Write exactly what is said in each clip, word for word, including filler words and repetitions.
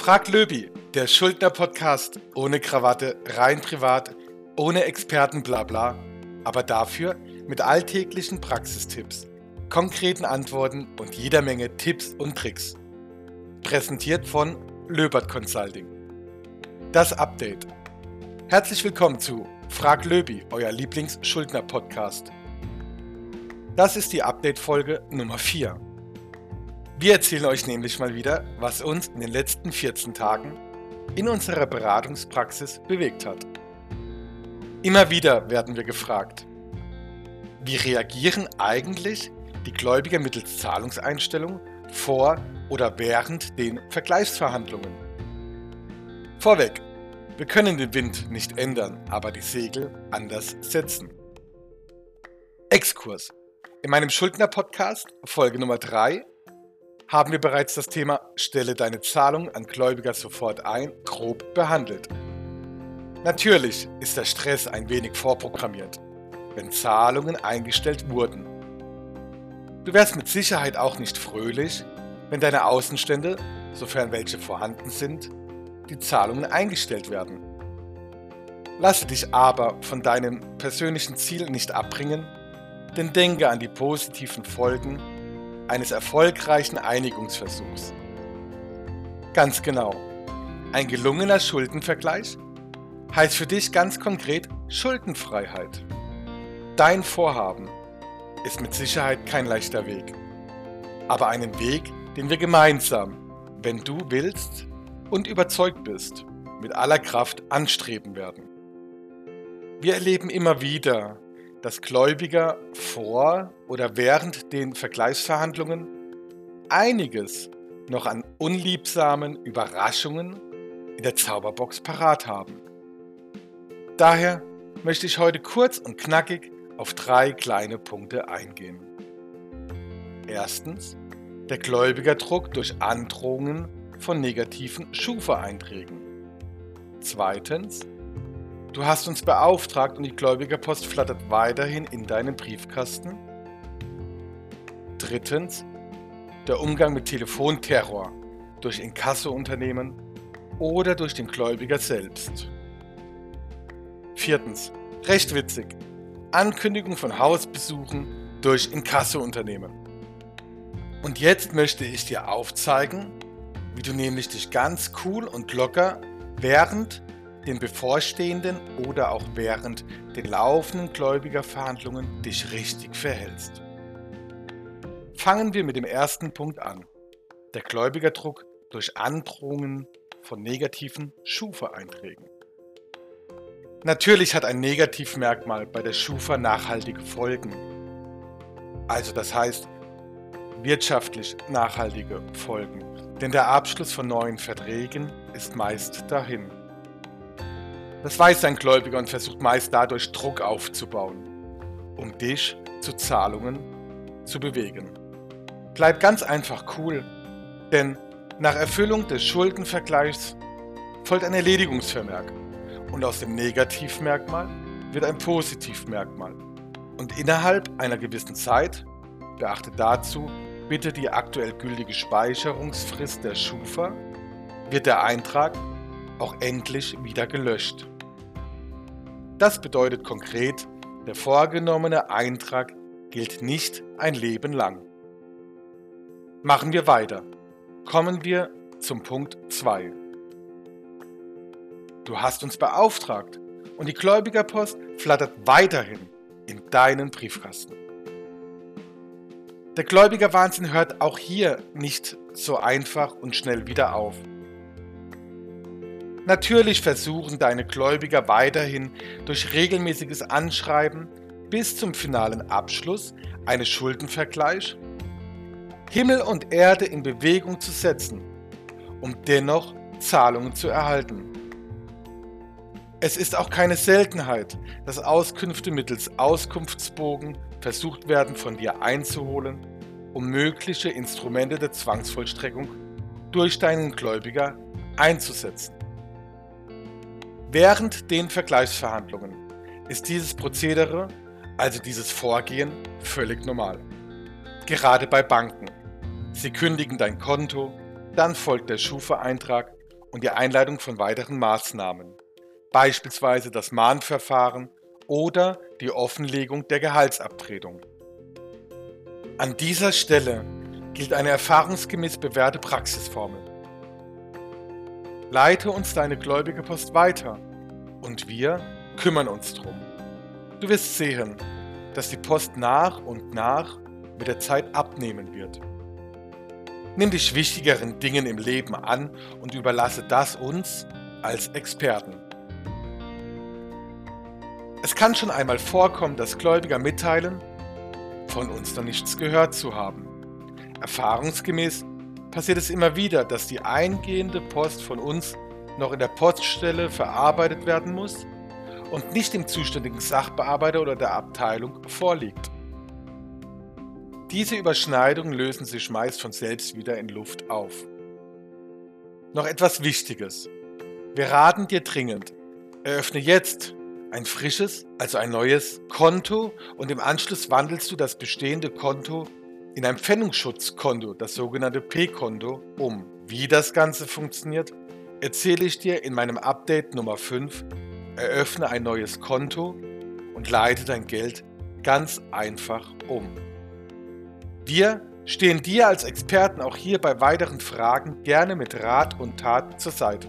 Frag Löbi, der Schuldner-Podcast ohne Krawatte, rein privat, ohne Experten-Blabla, aber dafür mit alltäglichen Praxistipps, konkreten Antworten und jeder Menge Tipps und Tricks. Präsentiert von Löbert Consulting. Das Update. Herzlich willkommen zu Frag Löbi, euer Lieblings-Schuldner-Podcast. Das ist die Update-Folge Nummer vier. Wir erzählen euch nämlich mal wieder, was uns in den letzten vierzehn Tagen in unserer Beratungspraxis bewegt hat. Immer wieder werden wir gefragt, wie reagieren eigentlich die Gläubiger mittels Zahlungseinstellung vor oder während den Vergleichsverhandlungen? Vorweg, wir können den Wind nicht ändern, aber die Segel anders setzen. Exkurs. In meinem Schuldner-Podcast, Folge Nummer drei, haben wir bereits das Thema Stelle deine Zahlung an Gläubiger sofort ein grob behandelt. Natürlich ist der Stress ein wenig vorprogrammiert, wenn Zahlungen eingestellt wurden. Du wärst mit Sicherheit auch nicht fröhlich, wenn deine Außenstände, sofern welche vorhanden sind, die Zahlungen eingestellt werden. Lasse dich aber von deinem persönlichen Ziel nicht abbringen, denn denke an die positiven Folgen eines erfolgreichen Einigungsversuchs. Ganz genau, ein gelungener Schuldenvergleich heißt für dich ganz konkret Schuldenfreiheit. Dein Vorhaben ist mit Sicherheit kein leichter Weg, aber einen Weg, den wir gemeinsam, wenn du willst und überzeugt bist, mit aller Kraft anstreben werden. Wir erleben immer wieder, dass Gläubiger vor oder während den Vergleichsverhandlungen einiges noch an unliebsamen Überraschungen in der Zauberbox parat haben. Daher möchte ich heute kurz und knackig auf drei kleine Punkte eingehen. Erstens, der Gläubigerdruck durch Androhungen von negativen Schufa-Einträgen. Zweitens, du hast uns beauftragt und die Gläubigerpost flattert weiterhin in deinen Briefkasten. Drittens, der Umgang mit Telefonterror durch Inkasso-Unternehmen oder durch den Gläubiger selbst. Viertens, recht witzig, Ankündigung von Hausbesuchen durch Inkasso-Unternehmen. Und jetzt möchte ich dir aufzeigen, wie du nämlich dich ganz cool und locker während den bevorstehenden oder auch während den laufenden Gläubigerverhandlungen dich richtig verhältst. Fangen wir mit dem ersten Punkt an. Der Gläubigerdruck durch Androhungen von negativen Schufa-Einträgen. Natürlich hat ein Negativmerkmal bei der Schufa nachhaltige Folgen. Also das heißt wirtschaftlich nachhaltige Folgen, denn der Abschluss von neuen Verträgen ist meist dahin. Das weiß ein Gläubiger und versucht meist dadurch Druck aufzubauen, um dich zu Zahlungen zu bewegen. Bleib ganz einfach cool, denn nach Erfüllung des Schuldenvergleichs folgt ein Erledigungsvermerk und aus dem Negativmerkmal wird ein Positivmerkmal. Und innerhalb einer gewissen Zeit, beachte dazu bitte die aktuell gültige Speicherungsfrist der Schufa, wird der Eintrag auch endlich wieder gelöscht. Das bedeutet konkret, der vorgenommene Eintrag gilt nicht ein Leben lang. Machen wir weiter. Kommen wir zum Punkt zwei. Du hast uns beauftragt und die Gläubigerpost flattert weiterhin in deinen Briefkasten. Der Gläubigerwahnsinn hört auch hier nicht so einfach und schnell wieder auf. Natürlich versuchen deine Gläubiger weiterhin durch regelmäßiges Anschreiben bis zum finalen Abschluss eines Schuldenvergleichs Himmel und Erde in Bewegung zu setzen, um dennoch Zahlungen zu erhalten. Es ist auch keine Seltenheit, dass Auskünfte mittels Auskunftsbogen versucht werden von dir einzuholen, um mögliche Instrumente der Zwangsvollstreckung durch deinen Gläubiger einzusetzen. Während den Vergleichsverhandlungen ist dieses Prozedere, also dieses Vorgehen, völlig normal. Gerade bei Banken. Sie kündigen dein Konto, dann folgt der Schufa-Eintrag und die Einleitung von weiteren Maßnahmen, beispielsweise das Mahnverfahren oder die Offenlegung der Gehaltsabtretung. An dieser Stelle gilt eine erfahrungsgemäß bewährte Praxisformel. Leite uns deine Gläubigerpost weiter und wir kümmern uns drum. Du wirst sehen, dass die Post nach und nach mit der Zeit abnehmen wird. Nimm dich wichtigeren Dingen im Leben an und überlasse das uns als Experten. Es kann schon einmal vorkommen, dass Gläubiger mitteilen, von uns noch nichts gehört zu haben. Erfahrungsgemäß passiert es immer wieder, dass die eingehende Post von uns noch in der Poststelle verarbeitet werden muss und nicht dem zuständigen Sachbearbeiter oder der Abteilung vorliegt. Diese Überschneidungen lösen sich meist von selbst wieder in Luft auf. Noch etwas Wichtiges. Wir raten dir dringend, eröffne jetzt ein frisches, also ein neues Konto und im Anschluss wandelst du das bestehende Konto in ein Pfändungsschutzkonto, das sogenannte P-Konto, um. Wie das Ganze funktioniert, erzähle ich dir in meinem Update Nummer fünf. Eröffne ein neues Konto und leite dein Geld ganz einfach um. Wir stehen dir als Experten auch hier bei weiteren Fragen gerne mit Rat und Tat zur Seite.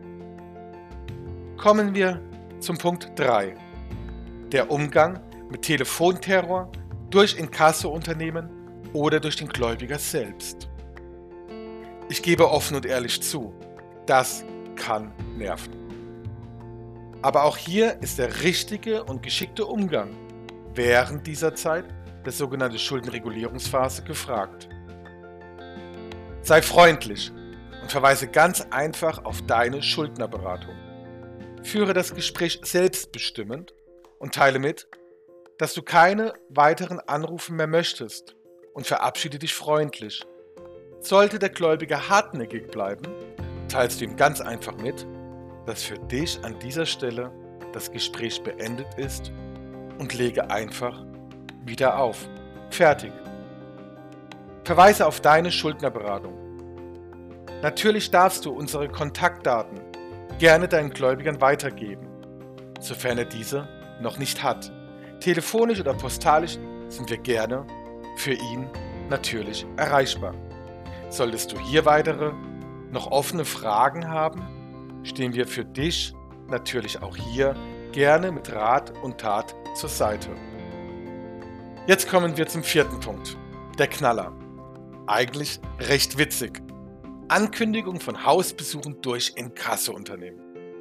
Kommen wir zum Punkt drei. Der Umgang mit Telefonterror durch Inkasso-Unternehmen oder durch den Gläubiger selbst. Ich gebe offen und ehrlich zu, das kann nerven. Aber auch hier ist der richtige und geschickte Umgang während dieser Zeit, der sogenannten Schuldenregulierungsphase, gefragt. Sei freundlich und verweise ganz einfach auf deine Schuldnerberatung. Führe das Gespräch selbstbestimmend und teile mit, dass du keine weiteren Anrufe mehr möchtest und verabschiede dich freundlich. Sollte der Gläubiger hartnäckig bleiben, teilst du ihm ganz einfach mit, dass für dich an dieser Stelle das Gespräch beendet ist und lege einfach wieder auf. Fertig. Verweise auf deine Schuldnerberatung. Natürlich darfst du unsere Kontaktdaten gerne deinen Gläubigern weitergeben, sofern er diese noch nicht hat. Telefonisch oder postalisch sind wir gerne für ihn natürlich erreichbar. Solltest du hier weitere, noch offene Fragen haben, stehen wir für dich natürlich auch hier gerne mit Rat und Tat zur Seite. Jetzt kommen wir zum vierten Punkt, der Knaller. Eigentlich recht witzig. Ankündigung von Hausbesuchen durch Inkasso-Unternehmen.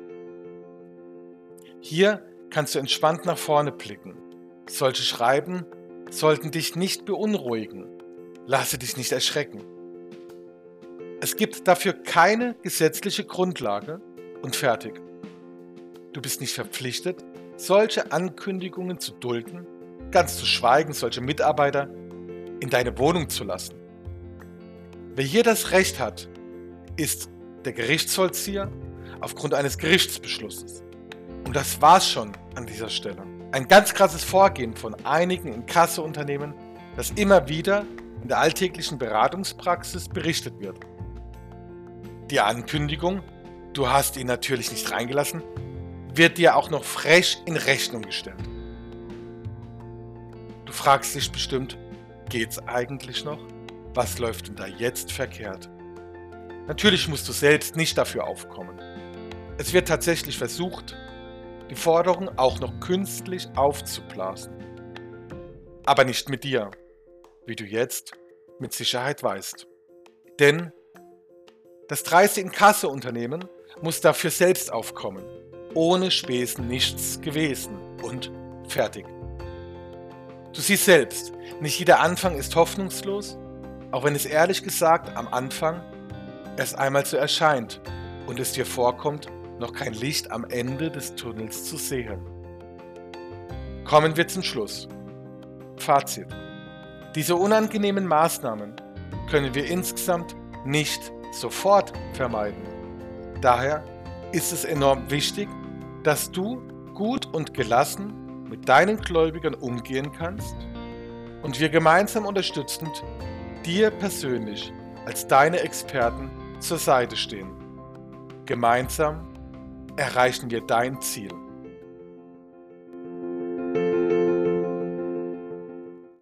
Hier kannst du entspannt nach vorne blicken. Solche Schreiben sollten dich nicht beunruhigen. Lasse dich nicht erschrecken. Es gibt dafür keine gesetzliche Grundlage und fertig. Du bist nicht verpflichtet, solche Ankündigungen zu dulden, ganz zu schweigen, solche Mitarbeiter in deine Wohnung zu lassen. Wer hier das Recht hat, ist der Gerichtsvollzieher aufgrund eines Gerichtsbeschlusses. Und das war's schon an dieser Stelle. Ein ganz krasses Vorgehen von einigen Inkasso-Unternehmen, das immer wieder in der alltäglichen Beratungspraxis berichtet wird. Die Ankündigung, du hast ihn natürlich nicht reingelassen, wird dir auch noch frech in Rechnung gestellt. Du fragst dich bestimmt, geht's eigentlich noch? Was läuft denn da jetzt verkehrt? Natürlich musst du selbst nicht dafür aufkommen. Es wird tatsächlich versucht, die Forderung auch noch künstlich aufzublasen. Aber nicht mit dir, wie du jetzt mit Sicherheit weißt. Denn das dreiste Inkasso-Unternehmen muss dafür selbst aufkommen. Ohne Spesen nichts gewesen und fertig. Du siehst selbst, nicht jeder Anfang ist hoffnungslos, auch wenn es ehrlich gesagt am Anfang erst einmal so erscheint und es dir vorkommt, noch kein Licht am Ende des Tunnels zu sehen. Kommen wir zum Schluss. Fazit. Diese unangenehmen Maßnahmen können wir insgesamt nicht sofort vermeiden. Daher ist es enorm wichtig, dass du gut und gelassen mit deinen Gläubigern umgehen kannst und wir gemeinsam unterstützend dir persönlich als deine Experten zur Seite stehen. Gemeinsam erreichen wir dein Ziel.